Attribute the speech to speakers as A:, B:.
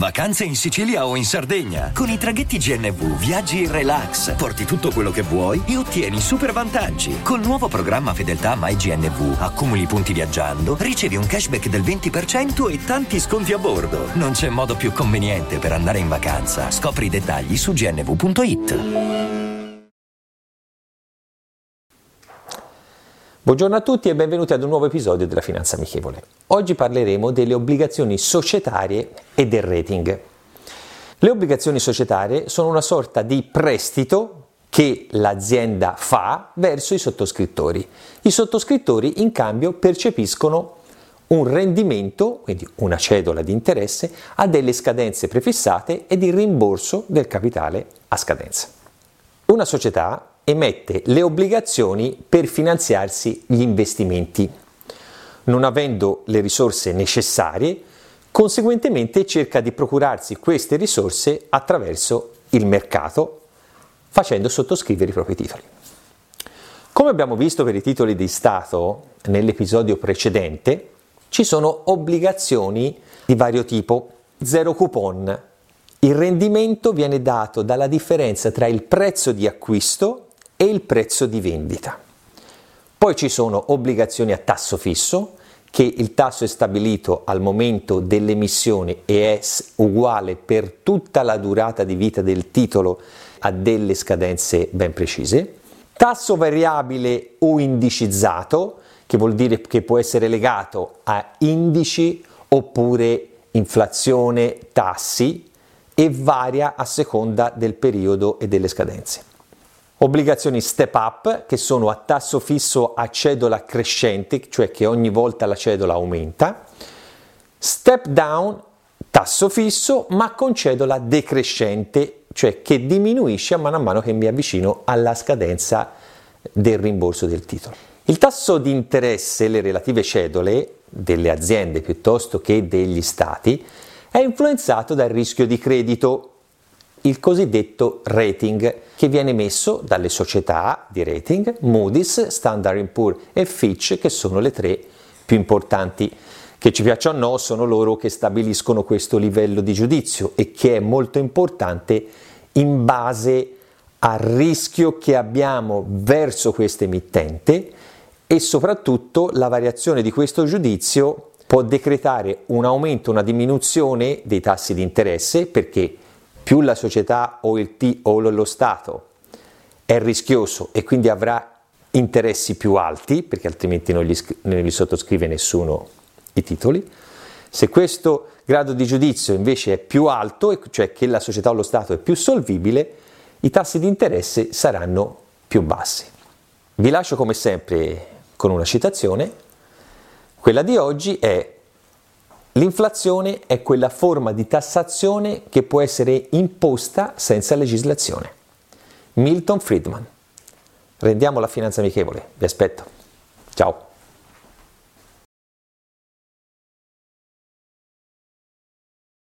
A: Vacanze in Sicilia o in Sardegna. Con i traghetti GNV viaggi in relax, porti tutto quello che vuoi e ottieni super vantaggi. Col nuovo programma Fedeltà MyGNV accumuli punti viaggiando, ricevi un cashback del 20% e tanti sconti a bordo. Non c'è modo più conveniente per andare in vacanza. Scopri i dettagli su gnv.it.
B: Buongiorno a tutti e benvenuti ad un nuovo episodio della Finanza Amichevole. Oggi parleremo delle obbligazioni societarie e del rating. Le obbligazioni societarie sono una sorta di prestito che l'azienda fa verso i sottoscrittori. I sottoscrittori in cambio percepiscono un rendimento, quindi una cedola di interesse, a delle scadenze prefissate ed il rimborso del capitale a scadenza. Una società emette le obbligazioni per finanziarsi gli investimenti. Non avendo le risorse necessarie, conseguentemente cerca di procurarsi queste risorse attraverso il mercato, facendo sottoscrivere i propri titoli. Come abbiamo visto per i titoli di Stato nell'episodio precedente, ci sono obbligazioni di vario tipo, zero coupon. Il rendimento viene dato dalla differenza tra il prezzo di acquisto e il prezzo di vendita. Poi ci sono obbligazioni a tasso fisso, che il tasso è stabilito al momento dell'emissione e è uguale per tutta la durata di vita del titolo a delle scadenze ben precise. Tasso variabile o indicizzato, che vuol dire che può essere legato a indici oppure inflazione, tassi, e varia a seconda del periodo e delle scadenze. Obbligazioni step up, che sono a tasso fisso a cedola crescente, cioè che ogni volta la cedola aumenta. Step down, tasso fisso ma con cedola decrescente, cioè che diminuisce a mano che mi avvicino alla scadenza del rimborso del titolo. Il tasso di interesse, le relative cedole delle aziende piuttosto che degli stati, è influenzato dal rischio di credito, il cosiddetto rating, che viene messo dalle società di rating Moody's, Standard & Poor's e Fitch, che sono le tre più importanti. Che ci piaccia o no, sono loro che stabiliscono questo livello di giudizio e che è molto importante in base al rischio che abbiamo verso questo emittente, e soprattutto la variazione di questo giudizio può decretare un aumento, una diminuzione dei tassi di interesse, perché più la società o lo Stato è rischioso e quindi avrà interessi più alti, perché altrimenti non gli sottoscrive nessuno i titoli. Se questo grado di giudizio invece è più alto, cioè che la società o lo Stato è più solvibile, i tassi di interesse saranno più bassi. Vi lascio come sempre con una citazione. Quella di oggi è: l'inflazione è quella forma di tassazione che può essere imposta senza legislazione. Milton Friedman. Rendiamo la finanza amichevole. Vi aspetto. Ciao.